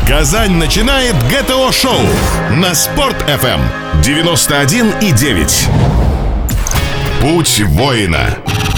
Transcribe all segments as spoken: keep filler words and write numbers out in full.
Казань начинает ГТО-шоу на Спорт-ФМ девяносто один и девять. Путь воина.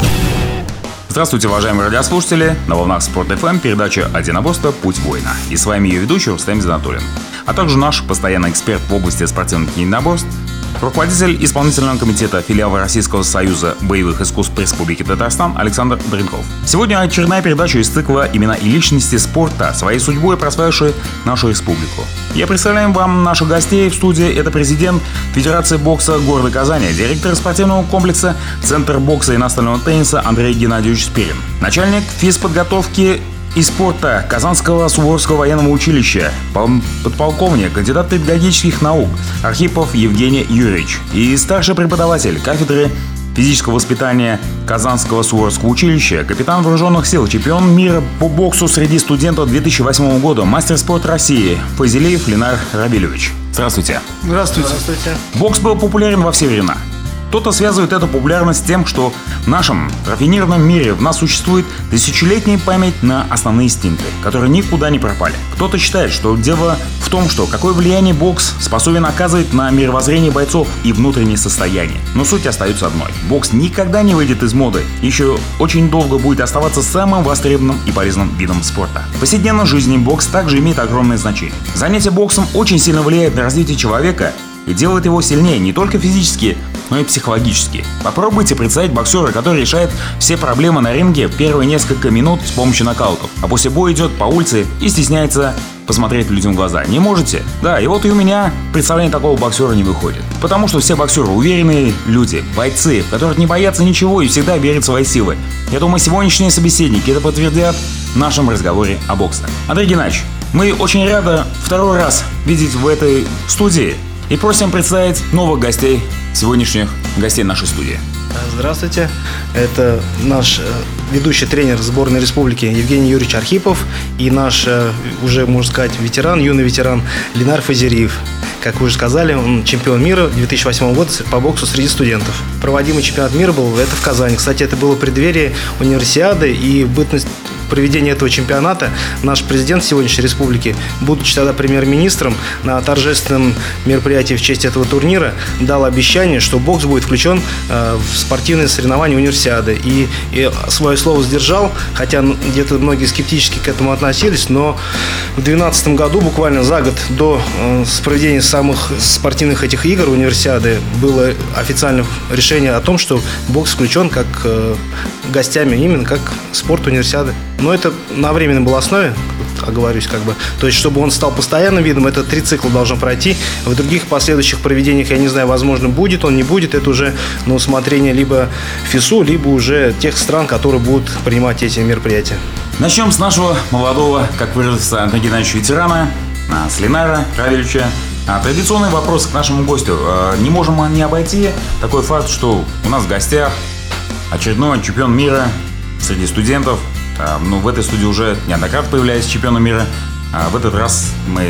Здравствуйте, уважаемые радиослушатели! На волнах Спорт-ФМ передача «Единоборство. Путь воина». И с вами ее ведущий Рустем Зинатуллин. А также наш постоянный эксперт в области спортивных единоборств, руководитель исполнительного комитета филиала Российского союза боевых искусств по Республике Татарстан Александр Дренков. Сегодня очередная передача из цикла «Имена и личности спорта, своей судьбой прославившие нашу республику». Я представляю вам наших гостей в студии. Это президент Федерации бокса города Казани, директор спортивного комплекса Центр бокса и настольного тенниса Андрей Геннадьевич Спирин, начальник физподготовки и спорта Казанского Суворовского военного училища, подполковник, кандидат педагогических наук Архипов Евгений Юрьевич и старший преподаватель кафедры физического воспитания Казанского Суворовского училища, капитан вооруженных сил, чемпион мира по боксу среди студентов две тысячи восьмого года, мастер спорта России Фазилеев Ленар Равильевич. Здравствуйте. Здравствуйте. Здравствуйте. Бокс был популярен во все времена. Кто-то связывает эту популярность с тем, что в нашем рафинированном мире в нас существует тысячелетняя память на основные инстинкты, которые никуда не пропали. Кто-то считает, что дело в том, что какое влияние бокс способен оказывать на мировоззрение бойцов и внутреннее состояние. Но суть остается одной. Бокс никогда не выйдет из моды. Еще очень долго будет оставаться самым востребованным и полезным видом спорта. В повседневной жизни бокс также имеет огромное значение. Занятие боксом очень сильно влияет на развитие человека и делает его сильнее не только физически, но и психологически. Попробуйте представить боксера, который решает все проблемы на ринге в первые несколько минут с помощью нокаутов, а после боя идет по улице и стесняется посмотреть людям в глаза. Не можете? Да, и вот и у меня представление такого боксера не выходит. Потому что все боксеры уверенные люди, бойцы, которые не боятся ничего и всегда верят в свои силы. Я думаю, сегодняшние собеседники это подтвердят в нашем разговоре о боксе. Андрей Геннадьевич, мы очень рады второй раз видеть в этой студии. И просим представить новых гостей, сегодняшних гостей нашей студии. Здравствуйте, это наш ведущий тренер сборной республики Евгений Юрьевич Архипов и наш, уже можно сказать, ветеран, юный ветеран Ленар Фазилеев. Как вы уже сказали, он чемпион мира две тысячи восьмого года по боксу среди студентов. Проводимый чемпионат мира был это в Казани. Кстати, это было в преддверии универсиады, и в бытность проведения этого чемпионата наш президент сегодняшней республики, будучи тогда премьер-министром, на торжественном мероприятии в честь этого турнира дал обещание, что бокс будет включен э, в спортивные соревнования универсиады. И, и свое слово сдержал, хотя где-то многие скептически к этому относились, но в две тысячи двенадцатом году, буквально за год до э, проведения самых спортивных этих игр универсиады, было официальное решение о том, что бокс включен как э, гостями, именно как спорт универсиады. Но это на временной была основе, оговорюсь, как бы. То есть, чтобы он стал постоянным видом, это три цикла должно пройти. В других последующих проведениях, я не знаю, возможно, будет он, не будет. Это уже на усмотрение либо ФИСУ, либо уже тех стран, которые будут принимать эти мероприятия. Начнем с нашего молодого, как выразился Андрей Геннадьевич, ветерана, с Ленара Равильевича. Традиционный вопрос к нашему гостю. Не можем мы не обойти такой факт, что у нас в гостях очередной чемпион мира среди студентов. Ну, в этой студии уже неоднократно появлялись чемпионы мира. А в этот раз мы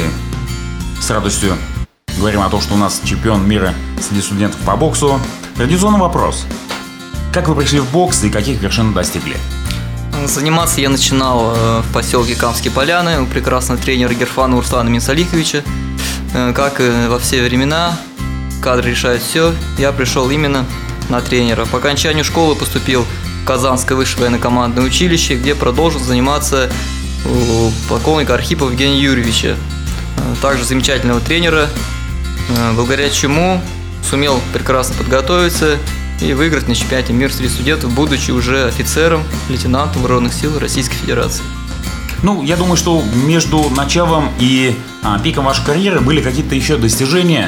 с радостью говорим о том, что у нас чемпион мира среди студентов по боксу. Традиционный вопрос. Как вы пришли в бокс и каких вершин достигли? Заниматься я начинал в поселке Камские Поляны у прекрасного тренера Герфанова Руслана Минсалиховича. Как и во все времена, кадры решают все. Я пришел именно на тренера. По окончанию школы поступил в Казанское высшее военно-командное училище, где продолжил заниматься у полковника Архипова Евгения Юрьевича, также замечательного тренера, благодаря чему сумел прекрасно подготовиться и выиграть на чемпионате мира среди студентов, будучи уже офицером, лейтенантом вооруженных сил Российской Федерации. Ну, я думаю, что между началом и а, пиком вашей карьеры были какие-то еще достижения.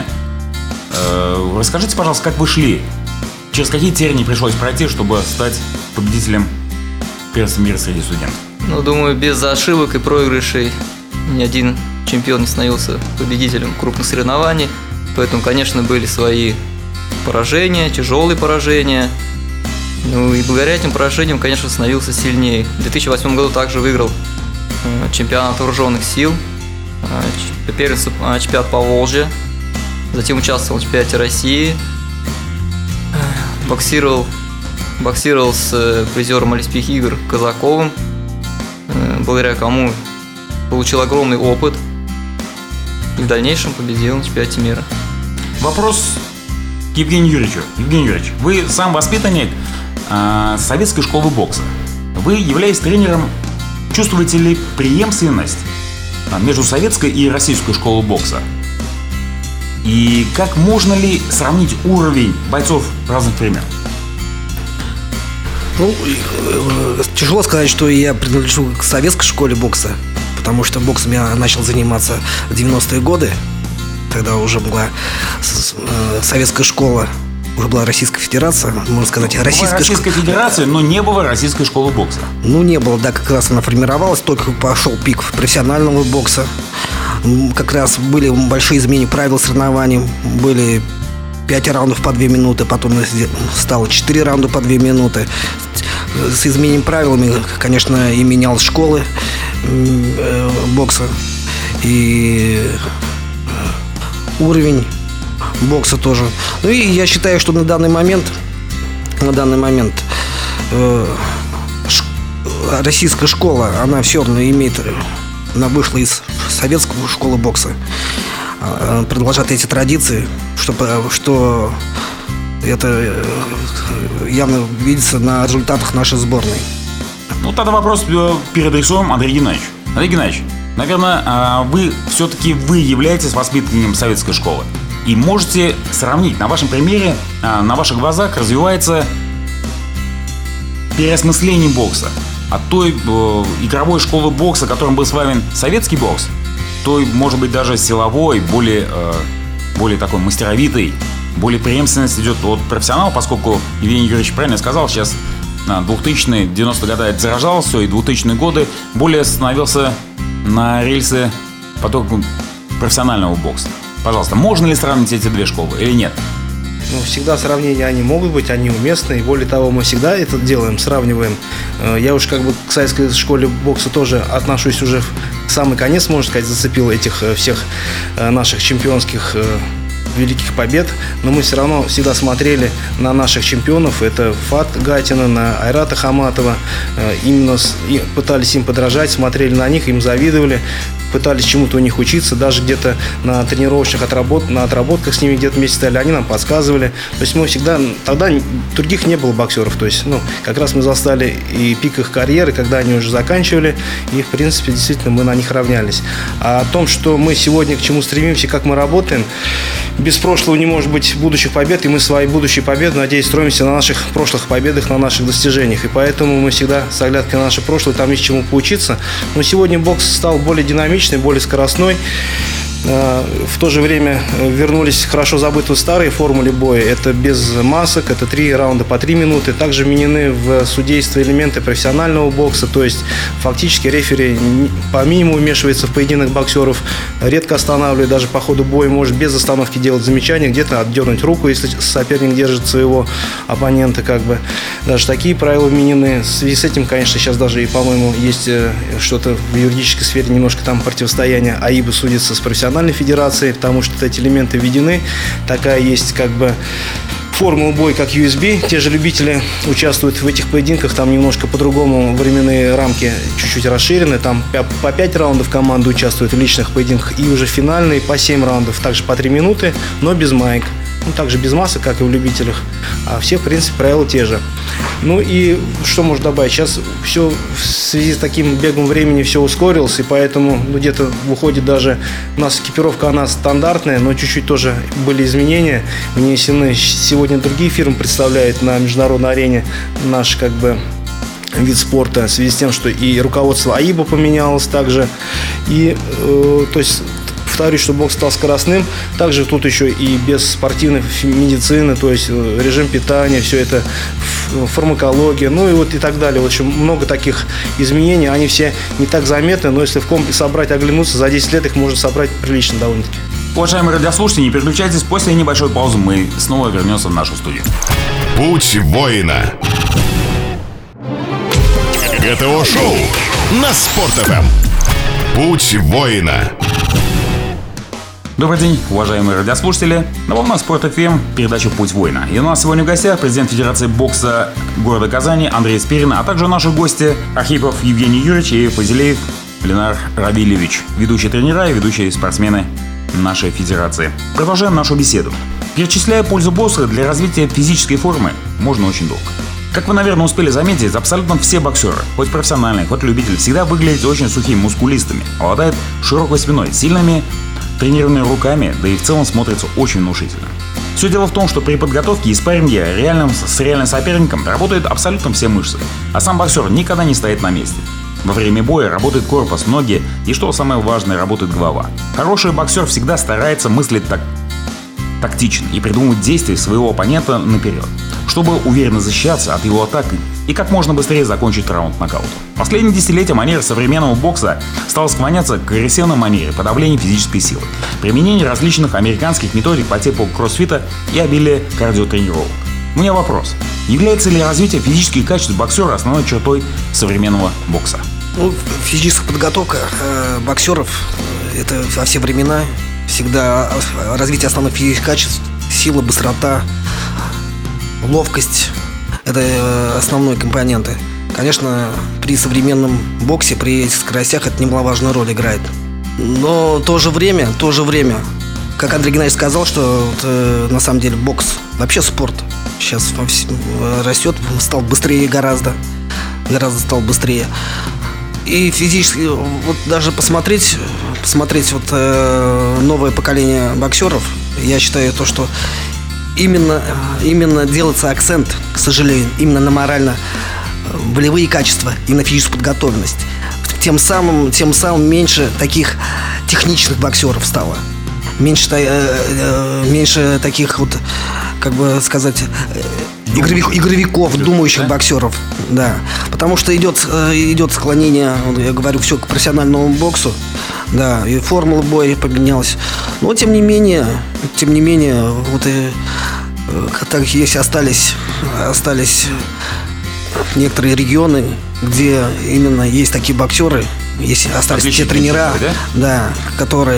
Э, расскажите, пожалуйста, как вы шли? Через какие тернии пришлось пройти, чтобы стать победителем первенства мира среди студентов? Ну, думаю, без ошибок и проигрышей ни один чемпион не становился победителем крупных соревнований. Поэтому, конечно, были свои поражения, тяжелые поражения. Ну и благодаря этим поражениям, конечно, становился сильнее. В две тысячи восьмом году также выиграл чемпионат вооруженных сил, первенство, чемпионат по Волжье. Затем участвовал в чемпионате России. Боксировал, боксировал с призером Олимпийских игр Казаковым, благодаря кому получил огромный опыт. и в дальнейшем победил на чемпионате мира. Вопрос к Евгению Юрьевичу. Евгений Юрьевич, вы сам воспитанник э, советской школы бокса. Вы, являясь тренером, чувствуете ли преемственность между советской и российской школой бокса? И как можно ли сравнить уровень бойцов разных времен? Ну, тяжело сказать, что я принадлежу к советской школе бокса, потому что боксом я начал заниматься в девяностые годы. Тогда уже была советская школа, уже была Российская Федерация, можно сказать, Российская, Российская школа... Федерация, но не было Российской школы бокса. Ну, не было, да, как раз она формировалась, только пошел пик профессионального бокса. Как раз были большие изменения правил соревнований, были пять раундов по две минуты, потом стало четыре раунда по две минуты. С изменением правилами, конечно, и менялась школы бокса, и уровень бокса тоже. Ну и я считаю, что на данный момент, на данный момент э, ш, российская школа, она все равно имеет, она вышла из советской школы бокса, э, продолжает эти традиции, что, что это явно видится на результатах нашей сборной. Ну тогда вопрос переадресуем Андрею Геннадьевичу. Андрей Геннадьевич, наверное, вы все-таки вы являетесь воспитанником советской школы. И можете сравнить, на вашем примере, на ваших глазах развивается переосмысление бокса. От той э, игровой школы бокса, которым был славен советский бокс, той, может быть, даже силовой, более, э, более такой мастеровитый, более преемственность идет от профессионала, поскольку Евгений Юрьевич правильно сказал, сейчас двухтысячные, девяностые годы это зарождалось все, и двухтысячные годы более становился на рельсы поток профессионального бокса. Пожалуйста, можно ли сравнить эти две школы или нет? Ну, всегда сравнения они могут быть, они уместны. И более того, мы всегда это делаем, сравниваем. Я уж как бы к советской школе бокса тоже отношусь уже в самый конец, можно сказать, зацепил этих всех наших чемпионских великих побед, но мы все равно всегда смотрели на наших чемпионов. Это Фат Гатина, на Айрата Хаматова. Именно пытались им подражать, смотрели на них, им завидовали, пытались чему-то у них учиться, даже где-то на тренировочных отработ... на отработках с ними где-то вместе стояли, они нам подсказывали. То есть мы всегда, тогда других не было боксеров, то есть, ну, как раз мы застали и пик их карьеры, когда они уже заканчивали, и, в принципе, действительно мы на них равнялись. А о том, что мы сегодня к чему стремимся, как мы работаем, без прошлого не может быть будущих побед, и мы свои будущие победы, надеюсь, строимся на наших прошлых победах, на наших достижениях, и поэтому мы всегда с оглядкой на наше прошлое, там есть чему поучиться. Но сегодня бокс стал более динамичный, более скоростной. В то же время вернулись хорошо забытые старые формулы боя. Это без масок, это три раунда по три минуты. Также вменены в судейство элементы профессионального бокса. То есть фактически рефери по минимуму вмешивается в поединок боксеров, редко останавливает, даже по ходу боя может без остановки делать замечания, где-то отдернуть руку, если соперник держит своего оппонента. Как бы. Даже такие правила вменены. В связи с этим, конечно, сейчас даже и, по-моему, есть что-то в юридической сфере, немножко там противостояние. АИБа судится с профессиональной федерации, потому что эти элементы введены. Такая есть как бы формула боя, как ю эс би. Те же любители участвуют в этих поединках, там немножко по-другому временные рамки чуть-чуть расширены. Там по пять раундов команды участвуют в личных поединках, и уже финальные по семь раундов, также по три минуты, но без маек. Ну, также без масок, как и в любителях. А все, в принципе, правила те же. Ну и что можно добавить? Сейчас все в связи с таким бегом времени все ускорилось, и поэтому ну, где-то выходит даже... У нас экипировка, она стандартная, но чуть-чуть тоже были изменения внесены. Сегодня другие фирмы представляют на международной арене наш как бы вид спорта в связи с тем, что и руководство АИБа поменялось также. И, э, то есть... Повторюсь, что бокс стал скоростным. Также тут еще и без спортивной медицины, то есть режим питания, все это, фармакология, ну и вот и так далее. В общем, много таких изменений. Они все не так заметны, но если в комплекс собрать, оглянуться, за десять лет их можно собрать прилично довольно-таки. Уважаемые радиослушатели, не переключайтесь. После небольшой паузы мы снова вернемся в нашу студию. Путь воина. ГТО-шоу на Спорт.ФМ. Путь воина. Добрый день, уважаемые радиослушатели. На волнах Спорт.ФМ передача «Путь воина». И у нас сегодня в гостях президент Федерации бокса города Казани Андрей Спирин, а также наши гости Архипов Евгений Юрьевич и Фазилеев Ленар Равильевич, ведущие тренера и ведущие спортсмены нашей федерации. Продолжаем нашу беседу. Перечисляя пользу бокса для развития физической формы, можно очень долго. Как вы, наверное, успели заметить, абсолютно все боксеры, хоть профессиональные, хоть любители, всегда выглядят очень сухими, мускулистыми, обладают широкой спиной, сильными тренированными руками, да и в целом смотрятся очень внушительно. Все дело в том, что при подготовке и спарринге реальным, с реальным соперником работают абсолютно все мышцы, а сам боксер никогда не стоит на месте. Во время боя работает корпус, ноги и, что самое важное, работает голова. Хороший боксер всегда старается мыслить так тактично и придумывать действия своего оппонента наперед, чтобы уверенно защищаться от его атак и как можно быстрее закончить раунд нокаутом. В последние десятилетия манера современного бокса стала склоняться к агрессивной манере подавления физической силы, применение различных американских методик по типу кроссфита и обилие кардиотренировок. У меня вопрос. Является ли развитие физических качеств боксера основной чертой современного бокса? Ну, физическая подготовка э, боксеров – это во все времена. Всегда развитие основных физических качеств, сила, быстрота, ловкость – это основные компоненты. Конечно, при современном боксе, при этих скоростях это немаловажную роль играет. Но в то же время, в то же время, как Андрей Геннадьевич сказал, что вот, э, на самом деле бокс, вообще спорт сейчас растет, стал быстрее гораздо, гораздо стал быстрее. И физически, вот даже посмотреть, посмотреть вот э, новое поколение боксеров, я считаю то, что именно, именно делается акцент, к сожалению, именно на морально-волевые качества и на физическую подготовленность. Тем самым, тем самым меньше таких техничных боксеров стало. Меньше, э, э, меньше таких вот, как бы сказать, э, игровик, игровиков, думающих да? боксеров. Да. Потому что идет, э, идет склонение, я говорю, все к профессиональному боксу. Да, и формула боя поменялась. Но тем не менее, тем не менее, вот и э, так есть остались, остались некоторые регионы, где именно есть такие боксеры, есть остались те тренера, да? Да, которые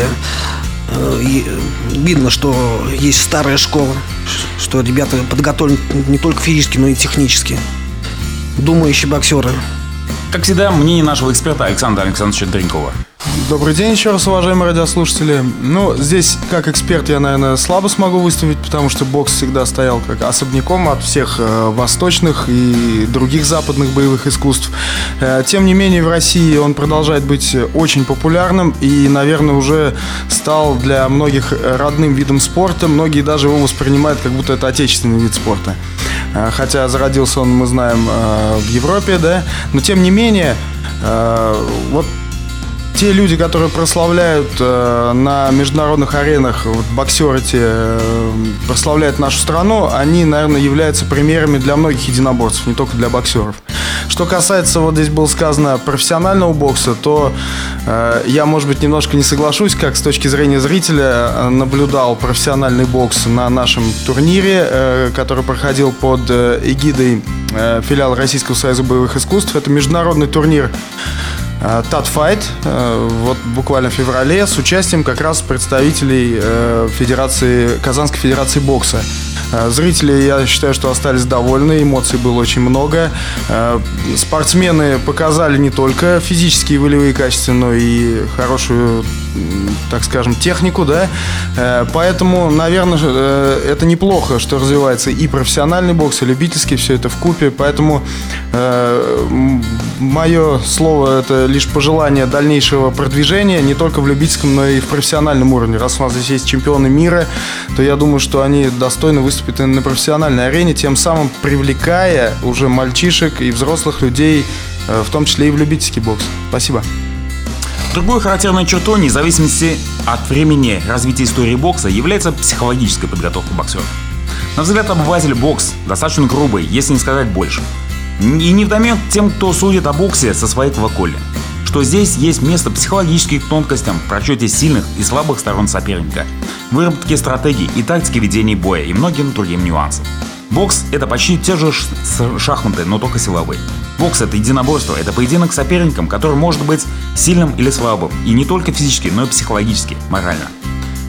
И видно, что есть старая школа, что ребята подготовлены не только физически, но и технически. Думающие боксеры. Как всегда, мнение нашего эксперта Александра Александровича Дренькова. Добрый день еще раз, уважаемые радиослушатели. Ну, здесь, как эксперт, я, наверное, слабо смогу выступить, потому что бокс всегда стоял как особняком от всех э, восточных и других западных боевых искусств. Э, тем не менее, в России он продолжает быть очень популярным и, наверное, уже стал для многих родным видом спорта. Многие даже его воспринимают, как будто это отечественный вид спорта. Э, хотя зародился он, мы знаем, э, в Европе, да, но, тем не менее, э, вот те люди, которые прославляют э, на международных аренах, вот, боксеры те, э, прославляют нашу страну, они, наверное, являются примерами для многих единоборцев, не только для боксеров. Что касается, вот здесь было сказано, профессионального бокса, то э, я, может быть, немножко не соглашусь, как с точки зрения зрителя наблюдал профессиональный бокс на нашем турнире, э, который проходил под э, эгидой э, филиала Российского союза боевых искусств. Это международный турнир Татфайт, вот буквально в феврале, с участием как раз представителей Федерации, Казанской Федерации бокса. Зрители, я считаю, что остались довольны, эмоций было очень много. Спортсмены показали не только физические и волевые качества, но и хорошую, так скажем, технику, да. Поэтому, наверное, это неплохо, что развивается и профессиональный бокс, и любительский, все это вкупе. Поэтому мое слово — это лишь пожелание дальнейшего продвижения не только в любительском, но и в профессиональном уровне. Раз у нас здесь есть чемпионы мира, то я думаю, что они достойны выступить на профессиональной арене, тем самым привлекая уже мальчишек и взрослых людей, в том числе и в любительский бокс. Спасибо. Другой характерной чертой, вне зависимости от времени развития истории бокса, является психологическая подготовка боксера. На взгляд обывателя, бокс достаточно грубый, если не сказать больше. И невдомек тем, кто судит о боксе со своей колокольни, что здесь есть место психологическим тонкостям в прочете сильных и слабых сторон соперника, выработке стратегий и тактики ведения боя и многим другим нюансам. Бокс — это почти те же шахматы, но только силовые. Бокс — это единоборство, это поединок с соперником, который может быть сильным или слабым, и не только физически, но и психологически, морально.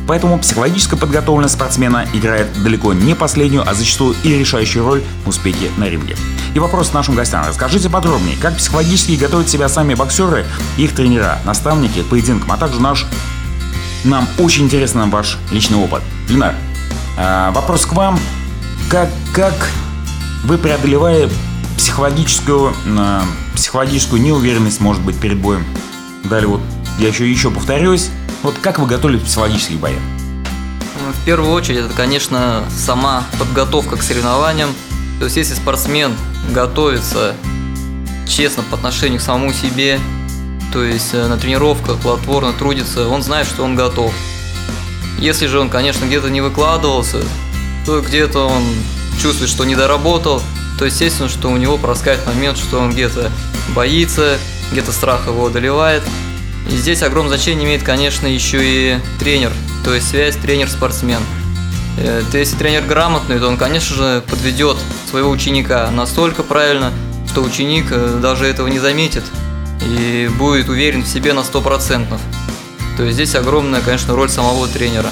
Поэтому психологическая подготовленность спортсмена играет далеко не последнюю, а зачастую и решающую роль в успехе на ринге. И вопрос к нашим гостям. Расскажите подробнее, как психологически готовят себя сами боксеры, их тренера, наставники к поединкам, а также наш, нам очень интересен ваш личный опыт. Ленар, э, вопрос к вам. Как, как вы, преодолевая психологическую, э, психологическую неуверенность, может быть, перед боем, далее вот я еще, еще повторюсь, вот как вы готовились к психологическим боям? В первую очередь, это, конечно, сама подготовка к соревнованиям. То есть, если спортсмен готовится честно по отношению к самому себе, то есть на тренировках плодотворно трудится, он знает, что он готов. Если же он, конечно, где-то не выкладывался, то где-то он чувствует, что не доработал, то естественно, что у него проскакивает момент, что он где-то боится, где-то страх его одолевает. И здесь огромное значение имеет, конечно, еще и тренер, то есть связь тренер-спортсмен. То если тренер грамотный, то он, конечно же, подведет своего ученика настолько правильно, что ученик даже этого не заметит и будет уверен в себе на сто процентов. То есть здесь огромная, конечно, роль самого тренера.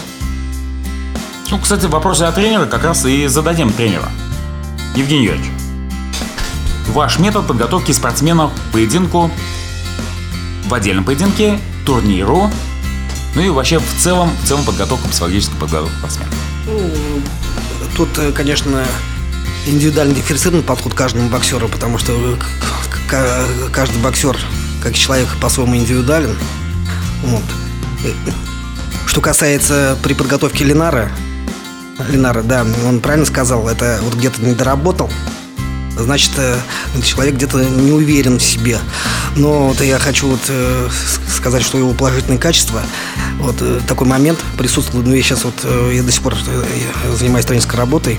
Ну, кстати, в вопросе о тренере как раз и зададим тренера. Евгений Юрьевич, ваш метод подготовки спортсменов к поединку, в отдельном поединке, турниру, ну и вообще в целом, в целом подготовка, психологическая подготовка спортсмена. Ну, тут, конечно, индивидуально дифференцированный подход к каждому боксеру, потому что каждый боксер, как человек, по-своему индивидуален. Вот. Что касается при подготовке Ленара, Ленара, да, он правильно сказал, это вот где-то не доработал, значит, человек где-то не уверен в себе. Но вот я хочу вот сказать, что его положительные качества, вот такой момент присутствует. Ну, я сейчас вот, я до сих пор занимаюсь тренерской работой.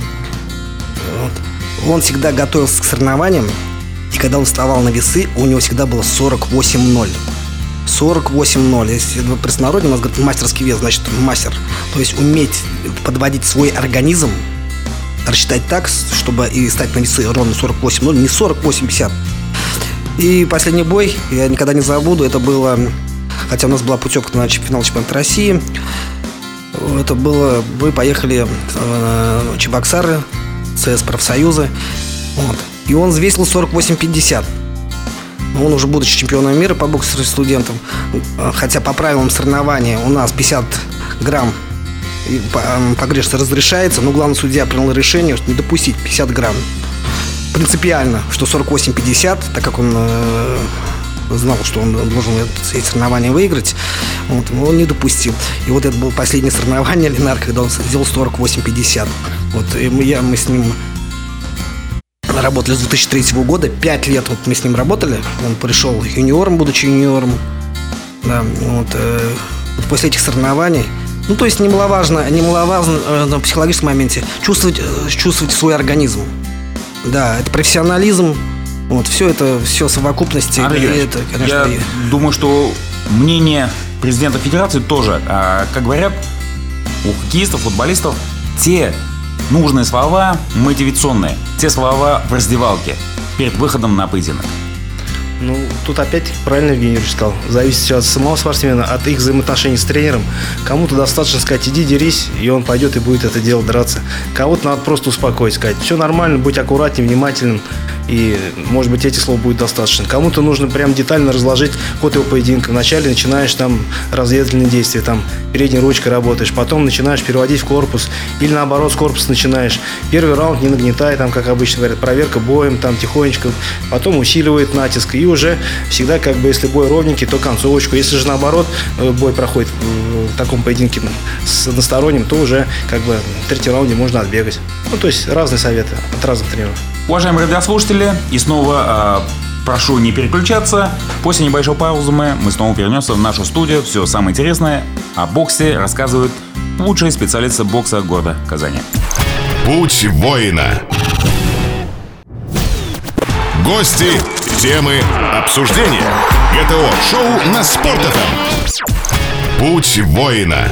Вот. Он всегда готовился к соревнованиям, и когда он вставал на весы, у него всегда было сорок восемь ноль. сорок восемь ноль. Если в простонародье у нас говорят мастерский вес, значит мастер. То есть уметь подводить свой организм, рассчитать так, чтобы и стать на весы ровно сорок восемь ноль, не сорок восемь пятьдесят. И последний бой, я никогда не забуду, это было, хотя у нас была путевка на финал чемпионата России, это было, мы поехали в Чебоксары, ЦС профсоюза, вот, и он взвесил сорок восемь пятьдесят. Он уже будучи чемпионом мира по боксу с студентом, хотя по правилам соревнования у нас пятьдесят грамм погрешность разрешается, но главный судья принял решение, что не допустить пятьдесят грамм. Принципиально, что сорок восемь пятьдесят, так как он э, знал, что он должен эти соревнования выиграть, вот, он не допустил. И вот это было последнее соревнование Ленар, когда он сделал сорок восемь пятьдесят. Вот, и мы, я, мы с ним работали с две тысячи третьего года, пять лет вот мы с ним работали. Он пришел юниором, будучи юниором. Да, вот, э, вот после этих соревнований, ну, то есть немаловажно, немаловажно э, на психологическом моменте чувствовать, э, чувствовать свой организм. Да, это профессионализм. Вот, все это, все в совокупности. Андрей, это, конечно, я и... думаю, что мнение президента федерации тоже, а, как говорят, у хоккеистов, футболистов, те нужные слова мотивационные, те слова в раздевалке перед выходом на поединок. Ну, тут опять правильно Евгений Юрьевич сказал. Зависит все от самого спортсмена, от их взаимоотношений с тренером. Кому-то достаточно сказать: иди дерись, и он пойдет и будет это дело драться. Кого-то надо просто успокоить, сказать: все нормально, будь аккуратнее, внимательным. И, может быть, эти слов будет достаточно. Кому-то нужно прям детально разложить ход его поединка. Вначале начинаешь там разведывательные действия, там передней ручкой работаешь, потом начинаешь переводить в корпус, или наоборот с корпуса начинаешь. Первый раунд не нагнетай, там, как обычно говорят, проверка боем, там тихонечко, потом усиливает натиск, и уже всегда, как бы, если бой ровненький, то концовочку. Если же наоборот бой проходит в таком поединке с односторонним, то уже, как бы, в третьем раунде можно отбегать. Ну, то есть разные советы от разных тренеров. Уважаемые радиослушатели, и снова э, прошу не переключаться. После небольшой паузы мы, мы снова вернемся в нашу студию. Все самое интересное о боксе рассказывают лучшие специалисты бокса города Казани. Путь воина. Гости, темы, обсуждения. ГТО-шоу на Спорт.ФМ. Путь воина.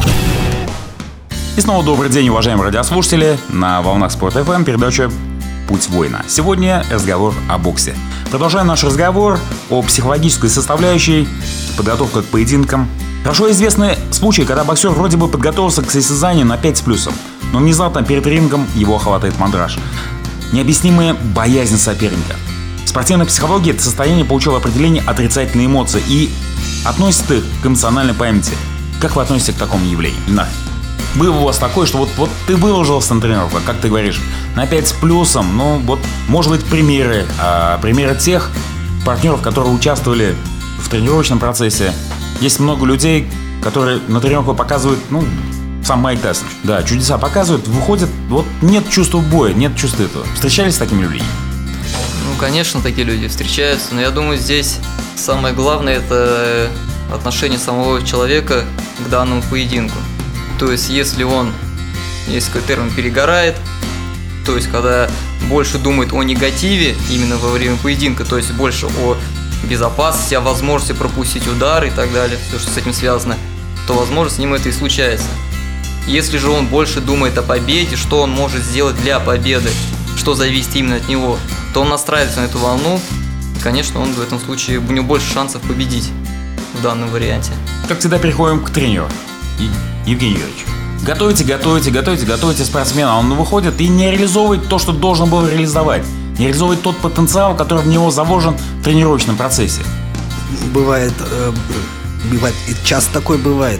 И снова добрый день, уважаемые радиослушатели. На волнах Спорт.ФМ передача «Путь воина». Сегодня разговор о боксе. Продолжаем наш разговор о психологической составляющей, подготовке к поединкам. Хорошо известны случаи, когда боксер вроде бы подготовился к состязанию на пять с плюсом, но внезапно перед рингом его хватает мандраж. Необъяснимая боязнь соперника. В спортивной психологии это состояние получило определение отрицательной эмоции и относит их к эмоциональной памяти. Как вы относитесь к такому явлению? Ильнар, был у вас такой, что вот, вот ты выложился на тренировку, как ты говоришь, на пять с плюсом, ну вот, может быть, примеры, а, примеры тех партнеров, которые участвовали в тренировочном процессе. Есть много людей, которые на тренировку показывают, ну, сам Майк Тайсон, да, чудеса показывают, выходят, вот нет чувства боя, нет чувства этого. Встречались с такими людьми? Ну, конечно, такие люди встречаются, но я думаю, здесь самое главное – это отношение самого человека к данному поединку. То есть, если он, есть какой термин, перегорает, то есть, когда больше думает о негативе именно во время поединка, то есть, больше о безопасности, о возможности пропустить удар и так далее, все, что с этим связано, то, возможно, с ним это и случается. Если же он больше думает о победе, что он может сделать для победы, что зависит именно от него, то он настраивается на эту волну, и, конечно, он в этом случае, у него больше шансов победить в данном варианте. Как всегда, переходим к тренеру. Евгений Юрьевич, готовите, готовите, готовите, готовите спортсмена, он выходит и не реализовывает то, что должен был реализовать, не реализовывает тот потенциал, который в него заложен в тренировочном процессе. Бывает, э, бывает, часто такое бывает.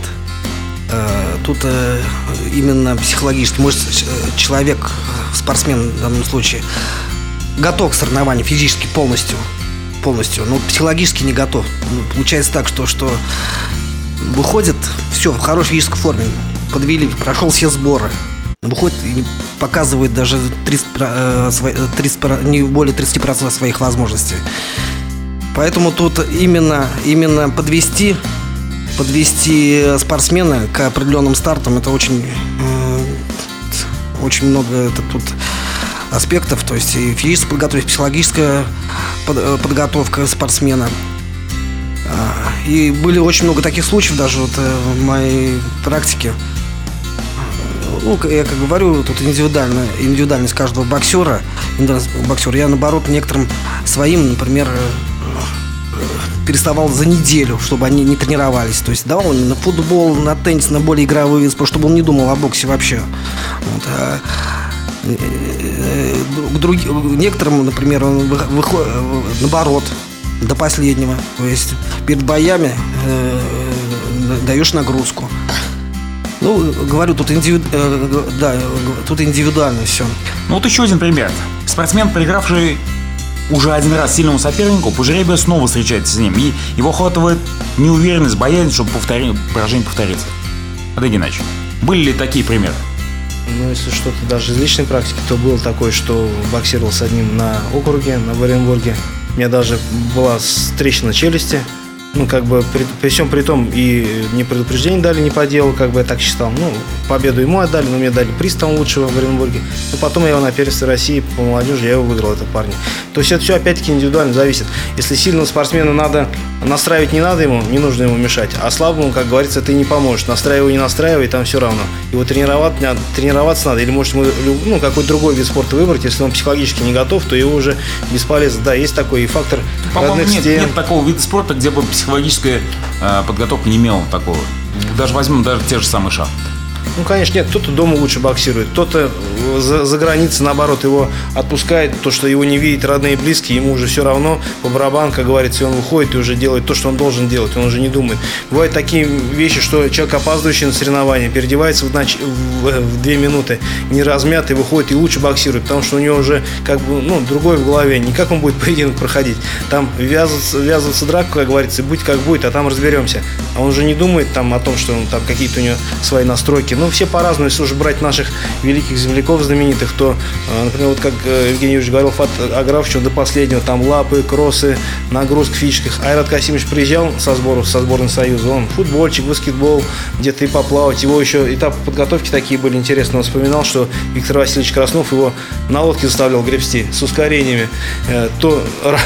Э, тут э, именно психологически, может, человек, спортсмен в данном случае, готов к соревнованию физически полностью, полностью, но психологически не готов. Получается так, что, что выходит, все, в хорошей физической форме, подвели, прошел все сборы, выходит и показывает даже тридцать, тридцать, не более тридцать процентов своих возможностей. Поэтому тут именно, именно подвести, подвести спортсмена к определенным стартам, это очень, очень много это тут аспектов, то есть и физическая подготовка, и психологическая подготовка спортсмена. И были очень много таких случаев даже вот в моей практике. Ну, я как говорю, тут индивидуально, индивидуальность каждого боксера, боксера. Я, наоборот, некоторым своим, например, переставал за неделю, чтобы они не тренировались. То есть давал им на футбол, на теннис, на более игровые виды, чтобы он не думал о боксе вообще. Вот. А к другим, некоторым, например, он выходит, наоборот, до последнего. То есть перед боями э, даешь нагрузку. Ну, говорю, тут, индивиду... э, да, тут индивидуально все. Ну вот еще один пример. Спортсмен, проигравший уже один раз сильному сопернику, по жребию снова встречается с ним. И его охватывает неуверенность, боязнь, чтобы повтори... поражение повторится. Олег Геннадьевич, были ли такие примеры? Ну, если что-то даже из личной практики, то было такое, что боксировал с одним на округе, на Варенбурге. У меня даже была трещина челюсти. Ну, как бы, при, при всем при том, и не предупреждение дали не по делу, как бы я так считал. Ну, победу ему отдали, но мне дали приз там лучшего в Оренбурге. Но потом я его на первенстве России по молодежи, я его выиграл, этого парня. То есть это все опять-таки индивидуально зависит. Если сильного спортсмена надо настраивать, не надо ему, не нужно ему мешать. А слабому, как говорится, ты не поможешь. Настраивай, не настраивай, там все равно. Его тренировать, тренироваться надо. Или, может, ему, ну, какой-то другой вид спорта выбрать. Если он психологически не готов, то его уже бесполезно. Да, есть такой и фактор родных нет, стен. Нет такого вида спорта, где бы психологическая э, подготовка не имела такого. Даже возьмем даже те же самые шахматы. Ну, конечно, нет, кто-то дома лучше боксирует, кто-то за, за границей, наоборот, его отпускает, то, что его не видят родные и близкие, ему уже все равно, по барабану, как говорится, и он выходит и уже делает то, что он должен делать, он уже не думает. Бывают такие вещи, что человек, опаздывающий на соревнования, переодевается в, нач... в, в две минуты, не размятый, выходит и лучше боксирует, потому что у него уже как бы, ну, другое в голове, не как он будет поединок проходить, там ввязываться, ввязываться драку, как говорится, быть как будет, а там разберемся. А он же не думает там о том, что он, там какие-то у него свои настройки. Ну, все по-разному. Если уже брать наших великих земляков знаменитых, то, например, вот как Евгений Юрьевич говорил, Фат Аграфович до последнего, там лапы, кроссы, нагрузка в фичках. Айрат Касимович приезжал со сбору, со сборной Союза, он футбольчик, баскетбол, где-то и поплавать. Его еще этапы подготовки такие были интересные. Он вспоминал, что Виктор Васильевич Краснов его на лодке заставлял гребсти с ускорениями. То,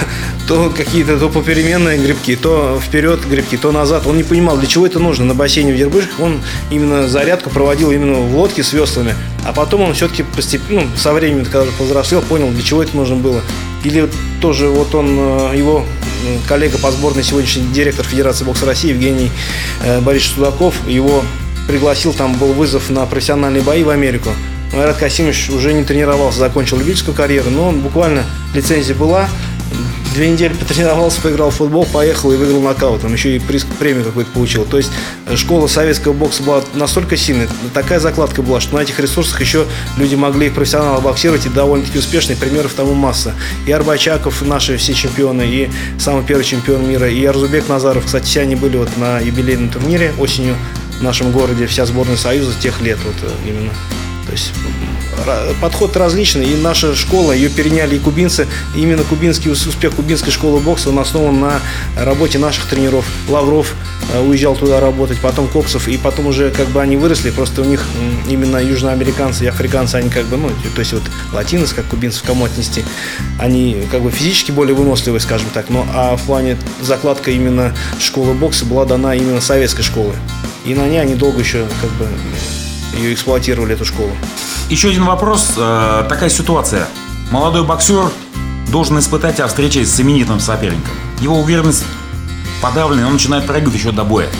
то какие-то, то попеременные гребки, то вперед гребки, то назад. Он не понимал, для чего это нужно. На бассейне в Дербышках он именно зарядку проводил именно в лодке с веслами, а потом он все-таки постепенно, ну, со временем, когда уже повзрослел, понял, для чего это нужно было. Или вот тоже вот он, его коллега по сборной, сегодняшний директор Федерации бокса России Евгений Борисович Судаков, его пригласил, там был вызов на профессиональные бои в Америку. Айрат Касимович уже не тренировался, закончил любительскую карьеру, но он буквально, лицензия была, две недели потренировался, поиграл в футбол, поехал и выиграл нокаутом, еще и приз, премию какую-то получил. То есть школа советского бокса была настолько сильной, такая закладка была, что на этих ресурсах еще люди могли профессионально боксировать, и довольно-таки успешные, примеров тому масса. И Арбачаков, наши все чемпионы, и самый первый чемпион мира, и Арзубек Назаров, кстати, все они были вот на юбилейном турнире осенью в нашем городе, вся сборная Союза тех лет вот именно. То есть подход различный, и наша школа, ее переняли и кубинцы. И именно кубинский успех кубинской школы бокса, он основан на работе наших тренеров. Лавров уезжал туда работать, потом Копсов, и потом уже как бы они выросли, просто у них именно южноамериканцы и африканцы, они как бы, ну, то есть вот латинос, как кубинцев, кому отнести, они как бы физически более выносливые, скажем так, но а в плане закладка именно школы бокса была дана именно советской школы. И на ней они долго еще как бы ее эксплуатировали, эту школу. Еще один вопрос. Э, такая ситуация. Молодой боксер должен испытать встречу с именитым соперником. Его уверенность подавлена, он начинает прыгать еще до боя.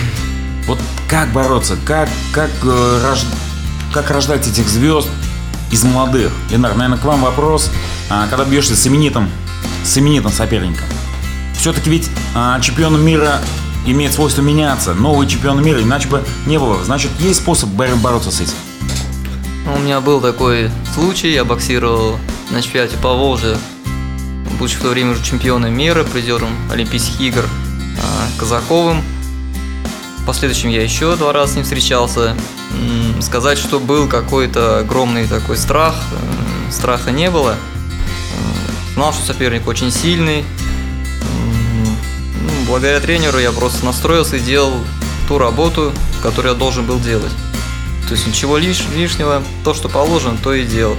Вот как бороться? Как, как, э, рож... как рождать этих звезд из молодых? Ленар, наверное, к вам вопрос. А, когда бьешься с именитым, с именитым соперником. Все-таки ведь а, чемпионом мира имеет свойство меняться. Новый чемпион мира, иначе бы не было. Значит, есть способ бороться с этим? У меня был такой случай. Я боксировал на чемпионате по Волжье, будучи в то время уже чемпионом мира, призером Олимпийских игр Казаковым. В последующем я еще два раза с ним встречался. Сказать, что был какой-то огромный такой страх, страха не было. Знал, что соперник очень сильный. Благодаря тренеру я просто настроился и делал ту работу, которую я должен был делать. То есть ничего лиш- лишнего, то, что положено, то и делал.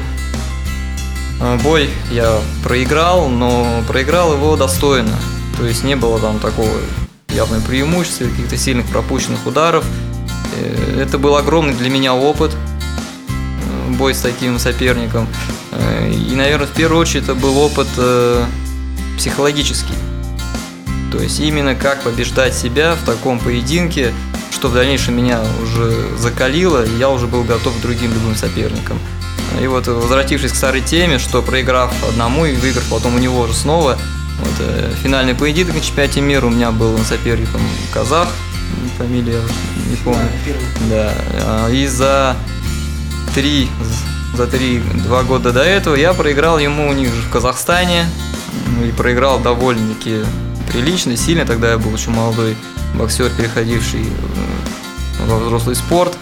Бой я проиграл, но проиграл его достойно. То есть не было там такого явного преимущества, каких-то сильных пропущенных ударов. Это был огромный для меня опыт, бой с таким соперником. И, наверное, в первую очередь это был опыт психологический. То есть именно как побеждать себя в таком поединке, что в дальнейшем меня уже закалило, и я уже был готов к другим любым соперникам. И вот, возвратившись к старой теме, что проиграв одному и выиграв потом у него же снова, вот, э, финальный поединок на чемпионате мира у меня был соперником казах, фамилия не помню. Да, и за три, за три, два года до этого я проиграл ему у них же в Казахстане, и проиграл довольно-таки прилично, сильно. Тогда я был еще молодой боксер, переходивший во взрослый спорт.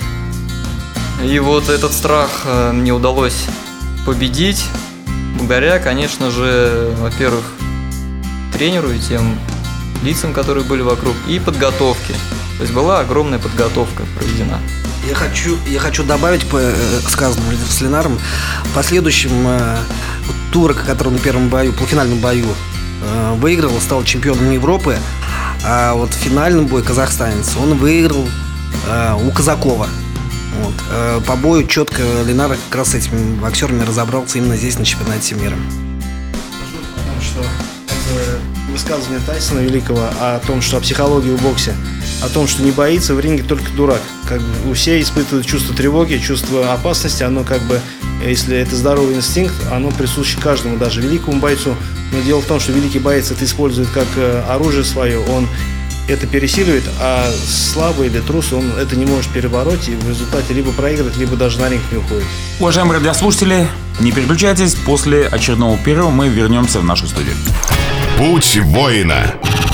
И вот этот страх мне удалось победить благодаря, конечно же, во-первых, тренеру и тем лицам, которые были вокруг, и подготовке. То есть была огромная подготовка проведена. Я хочу, я хочу добавить по сказанному с Ленаром. В последующем э, турок, который на первом бою, полуфинальном бою э, выиграл, стал чемпионом Европы, а вот финальный бой казахстанец он выиграл э, у Казакова. Вот. Э, по бою четко Ленар как раз с этими боксерами разобрался именно здесь, на чемпионате мира. Потому что это высказывание Тайсона великого о том, что о психологии в боксе, о том, что не боится в ринге только дурак. Как бы все испытывают чувство тревоги, чувство опасности. Оно как бы, если это здоровый инстинкт, оно присуще каждому, даже великому бойцу. Но дело в том, что великий боец это использует как оружие свое, он это пересиливает, а слабый или трус, он это не может перебороть и в результате либо проигрывает, либо даже на ринг не уходит. Уважаемые радиослушатели, не переключайтесь, после очередного перерыва мы вернемся в нашу студию. Путь воина.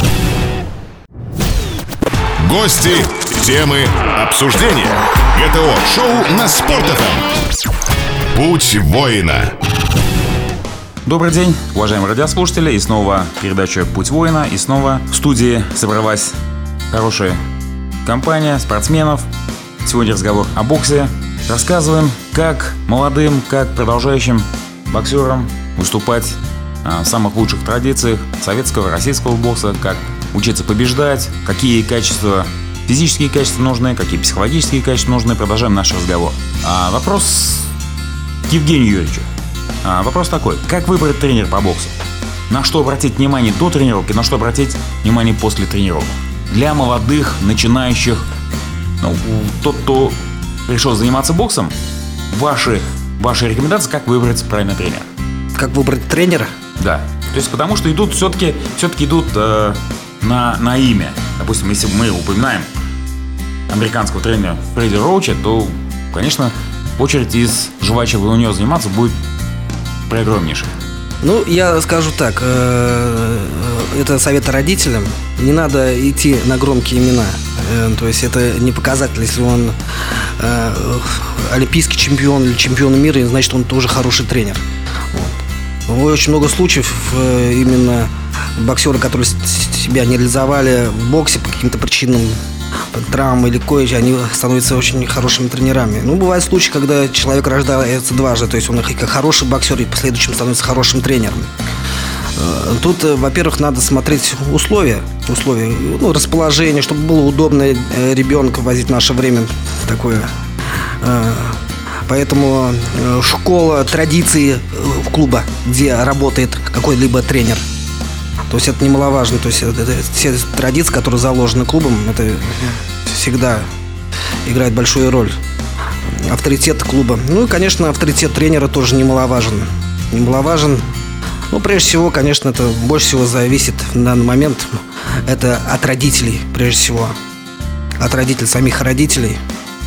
Гости, темы, обсуждения. ГТО-шоу на Спорт.ФМ. Путь воина. Добрый день, уважаемые радиослушатели, и снова передача «Путь воина», и снова в студии собралась хорошая компания спортсменов. Сегодня разговор о боксе. Рассказываем, как молодым, как продолжающим боксерам выступать в самых лучших традициях советского, российского бокса, как учиться побеждать, какие качества, физические качества нужны, какие психологические качества нужны. Продолжаем наш разговор. А вопрос к Евгению Юрьевичу. А, вопрос такой. Как выбрать тренера по боксу? На что обратить внимание до тренировки, на что обратить внимание после тренировок? Для молодых, начинающих, ну, тот, кто пришел заниматься боксом, ваши, ваши рекомендации, как выбрать правильный тренер? Как выбрать тренера? Да. То есть потому что идут все-таки, все-таки идут э, на, на имя. Допустим, если мы упоминаем американского тренера Фредди Роуча, то, конечно, очередь из желающих у него заниматься будет преогромнейшей. Ну, я скажу так, это совет родителям. Не надо идти на громкие имена. То есть это не показатель, если он олимпийский чемпион или чемпион мира, значит, он тоже хороший тренер. Вот. Очень много случаев именно боксеры, которые себя не реализовали в боксе по каким-то причинам, травмы или кое-что, они становятся очень хорошими тренерами. Ну, бывают случаи, когда человек рождается дважды, то есть он как хороший боксер и в последующем становится хорошим тренером. Тут, во-первых, надо смотреть условия, условия, ну, расположение, чтобы было удобно ребенка возить в наше время такое. Поэтому школа, традиции в клуба, где работает какой-либо тренер. То есть это немаловажно. То есть это, это, все традиции, которые заложены клубом, это всегда играет большую роль. Авторитет клуба. Ну и, конечно, авторитет тренера тоже немаловажен. Немаловажен. Ну, прежде всего, конечно, это больше всего зависит в данный момент. Это от родителей, прежде всего. От родителей, самих родителей.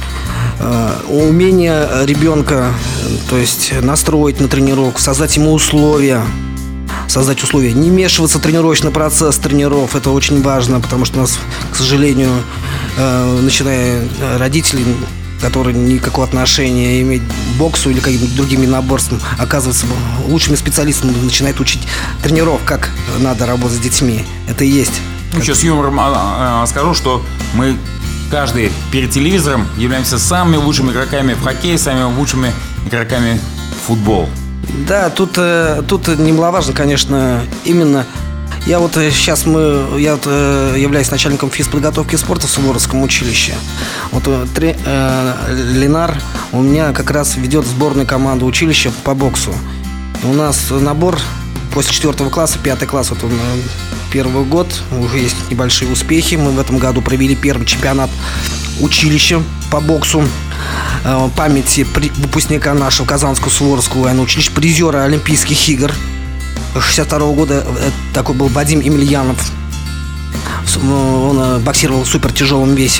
Умение ребенка, то есть настроить на тренировку, создать ему условия. Создать условия. Не вмешиваться в тренировочный процесс тренеров. Это очень важно, потому что у нас, к сожалению, э, начиная родители, которые никакого отношения имеют к боксу или каким-то другим единоборствам, оказываются лучшими специалистами, начинают учить тренеров, как надо работать с детьми. Это и есть. Ну, сейчас с юмором а, а, скажу, что мы каждый перед телевизором являемся самыми лучшими игроками в хоккей, самыми лучшими игроками в футбол. Да, тут, тут немаловажно, конечно, именно. Я вот сейчас мы, я вот являюсь начальником физподготовки и спорта в Суворовском училище. Вот тре, э, Ленар у меня как раз ведет сборную команду училища по боксу. У нас набор после четвертого класса, пятый класс, вот он первый год, уже есть небольшие успехи. Мы в этом году провели первый чемпионат училища по боксу. Памяти выпускника нашего Казанского Суворовского военного училища, призера Олимпийских игр шестьдесят второго года. Такой был Вадим Емельянов. Он боксировал в супертяжелом весе.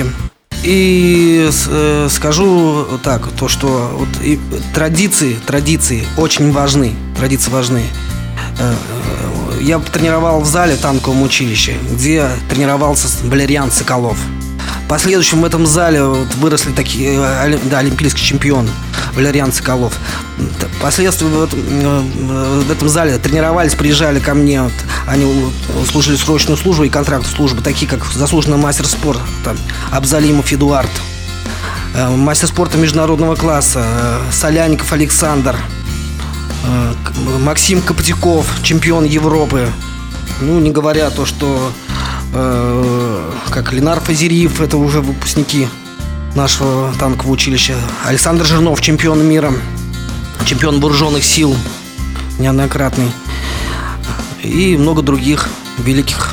И э, скажу так, то что вот, и, традиции, традиции очень важны. Традиции важны. Э, я тренировал в зале танковом училище, где тренировался Валериан Соколов. В последующем в этом зале вот выросли такие, да, олимпийский чемпион Валериан Соколов. Впоследствии в этом, в этом зале тренировались, приезжали ко мне. Вот, они служили срочную службу и контракт службы, такие как заслуженный мастер спорта Абзалимов Эдуард, мастер спорта международного класса Соляников Александр, Максим Коптяков, чемпион Европы. Ну, не говоря то, что как Ленар Фазериев, это уже выпускники нашего танкового училища. Александр Жирнов, чемпион мира, чемпион вооруженных сил неоднократный. И много других великих,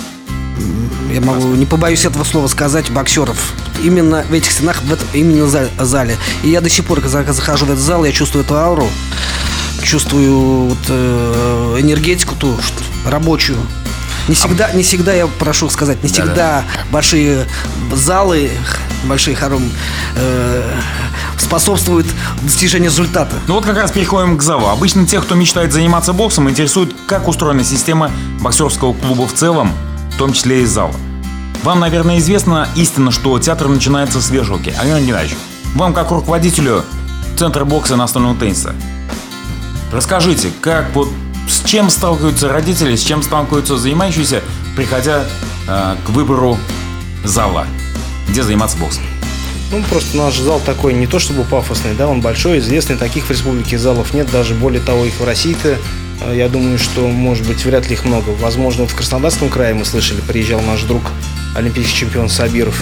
я могу, не побоюсь этого слова сказать, боксеров. Именно в этих стенах, в этом именно зале. И я до сих пор, когда захожу в этот зал, я чувствую эту ауру, чувствую вот, э, энергетику ту рабочую. Не всегда, не всегда, я прошу сказать, не всегда да, да. большие залы, большие хором э, способствуют достижению результата. Ну вот как раз переходим к залу. Обычно тех, кто мечтает заниматься боксом, интересует, как устроена система боксерского клуба в целом, в том числе и зала. Вам, наверное, известно истина, что театр начинается с вешалки. Александр Геннадьевич, вам как руководителю Центра бокса и настольного тенниса, расскажите, как вот с чем сталкиваются родители, с чем сталкиваются занимающиеся, приходя э, к выбору зала, где заниматься боксом? Ну, просто наш зал такой не то чтобы пафосный, да, он большой, известный, таких в республике залов нет, даже более того, их в России-то, я думаю, что, может быть, вряд ли их много. Возможно, в Краснодарском крае мы слышали, приезжал наш друг, олимпийский чемпион Сабиров.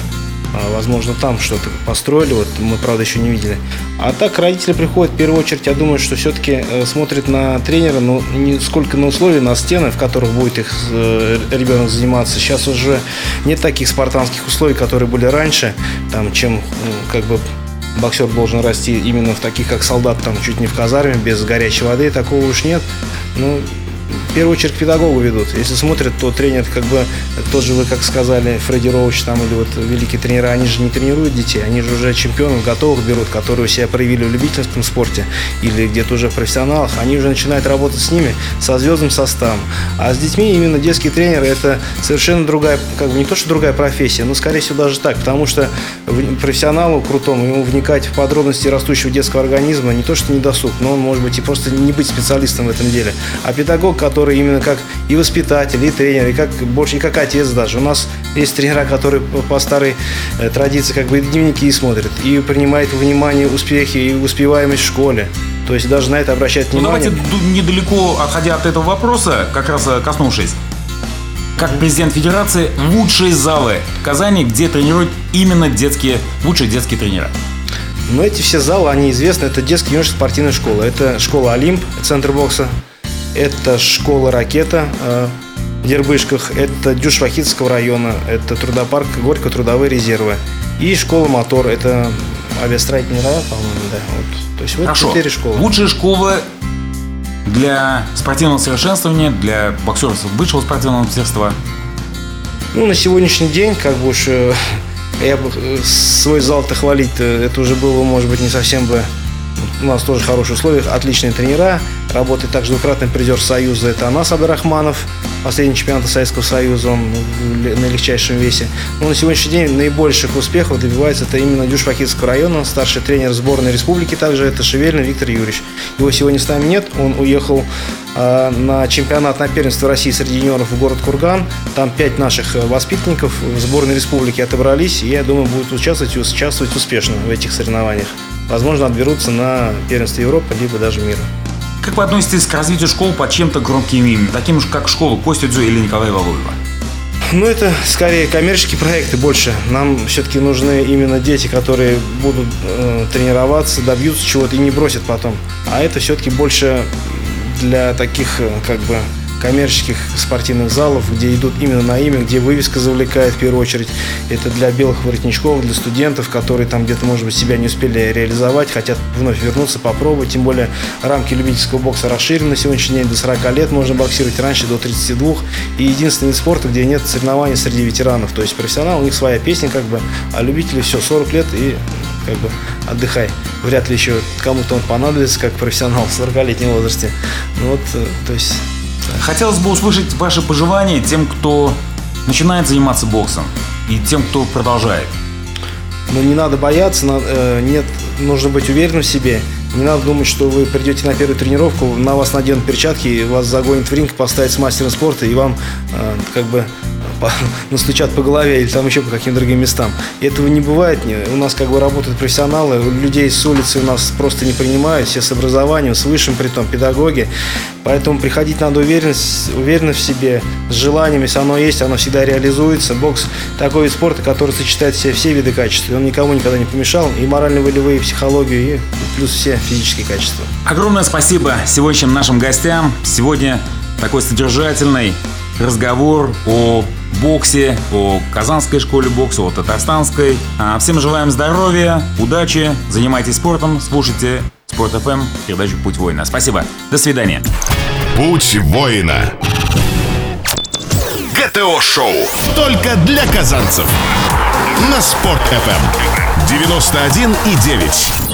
Возможно, там что-то построили, вот мы, правда, еще не видели. А так родители приходят, в первую очередь, я думаю, что все-таки смотрят на тренера, но не сколько на условия, на стены, в которых будет их ребенок заниматься. Сейчас уже нет таких спартанских условий, которые были раньше, там, чем как бы боксер должен расти именно в таких, как солдат, там, чуть не в казарме, без горячей воды, такого уж нет. Ну, в первую очередь к педагогу ведут. Если смотрят, то тренер, как бы, тот же вы, как сказали, Фредди Роуч там, или вот великие тренера, они же не тренируют детей, они же уже чемпионов готовых берут, которые себя проявили в любительском спорте или где-то уже в профессионалах, они уже начинают работать с ними со звездным составом. А с детьми именно детский тренер — это совершенно другая, как бы не то, что другая профессия, но скорее всего даже так, потому что профессионалу крутому, ему вникать в подробности растущего детского организма не то, что не досуг, но он может быть и просто не быть специалистом в этом деле. А педагог, который именно как и воспитатель, и тренер, и как больше, и как отец даже. У нас есть тренера, которые по старой э, традиции как бы и дневники смотрят, и принимают во внимание успехи и успеваемость в школе. То есть даже на это обращать внимание. Ну, давайте недалеко отходя от этого вопроса, как раз коснувшись. Как президент федерации, лучшие залы Казани, где тренируют именно детские, лучшие детские тренера? Но эти все залы, они известны. Это детская юношеская спортивная школа. Это школа «Олимп», центр бокса. Это школа «Ракета» в Дербышках, это Дюш Вахитского района, это трудопарк Горько, трудовые резервы. И школа «Мотор», это авиастроительный район, по-моему, да. Вот. То есть вот Хорошо. четыре школы. Лучшие школы для спортивного совершенствования, для боксеров высшего спортивного мастерства? Ну, на сегодняшний день, как бы уж я бы свой зал-то хвалить, это уже было, может быть, не совсем бы. У нас тоже хорошие условия, отличные тренера. Работает также двукратный призер Союза, это Анас Абдрахманов, последний чемпионат Советского Союза, он на легчайшем весе. Но на сегодняшний день наибольших успехов добивается это именно Дюш-Вахитского района, старший тренер сборной республики также, это Шевельный Виктор Юрьевич. Его сегодня с нами нет, он уехал э, на чемпионат, на первенство России среди юниоров в город Курган. Там пять наших воспитанников в сборной республики отобрались, и я думаю, будут участвовать, участвовать успешно в этих соревнованиях. Возможно, отберутся на первенство Европы, либо даже мира. Как вы относитесь к развитию школ под чем-то громким именем, таким же, как школа Кости Дзю или Николая Валуева? Ну, это скорее коммерческие проекты больше. Нам все-таки нужны именно дети, которые будут э, тренироваться, добьются чего-то и не бросят потом. А это все-таки больше для таких, э, как бы, коммерческих спортивных залов, где идут именно на имя, где вывеска завлекает в первую очередь. Это для белых воротничков, для студентов, которые там где-то, может быть, себя не успели реализовать, хотят вновь вернуться, попробовать. Тем более рамки любительского бокса расширены на сегодняшний день. До сорока лет можно боксировать, раньше до тридцати двух. И единственный вид спорта, где нет соревнований среди ветеранов. То есть профессионал, у них своя песня, как бы, а любители все, сорок лет и как бы отдыхай. Вряд ли еще кому-то он понадобится, как профессионал в сорокалетнем возрасте. Ну вот, то есть... Хотелось бы услышать ваши пожелания тем, кто начинает заниматься боксом, и тем, кто продолжает. Ну, не надо бояться, нет, нужно быть уверенным в себе. Не надо думать, что вы придете на первую тренировку, на вас наденут перчатки, вас загонят в ринг, поставят с мастером спорта, и вам как бы настучат по голове или там еще по каким-то другим местам. И этого не бывает. У нас как бы работают профессионалы, людей с улицы у нас просто не принимают, все с образованием, с высшим, притом педагоги. Поэтому приходить надо уверенность, уверенно в себе, с желанием, если оно есть, оно всегда реализуется. Бокс такой вид спорта, который сочетает в себе все виды качеств. И он никому никогда не помешал, и морально-волевые, и психологию, и плюс все физические качества. Огромное спасибо сегодняшним нашим гостям. Сегодня такой содержательный разговор о боксе, о казанской школе бокса, о татарстанской. Всем желаем здоровья, удачи, занимайтесь спортом, слушайте Спорт эф эм, передачу «Путь воина». Спасибо, до свидания. «Путь воина». ГТО-шоу только для казанцев на Спорт эф эм девяносто один и девять.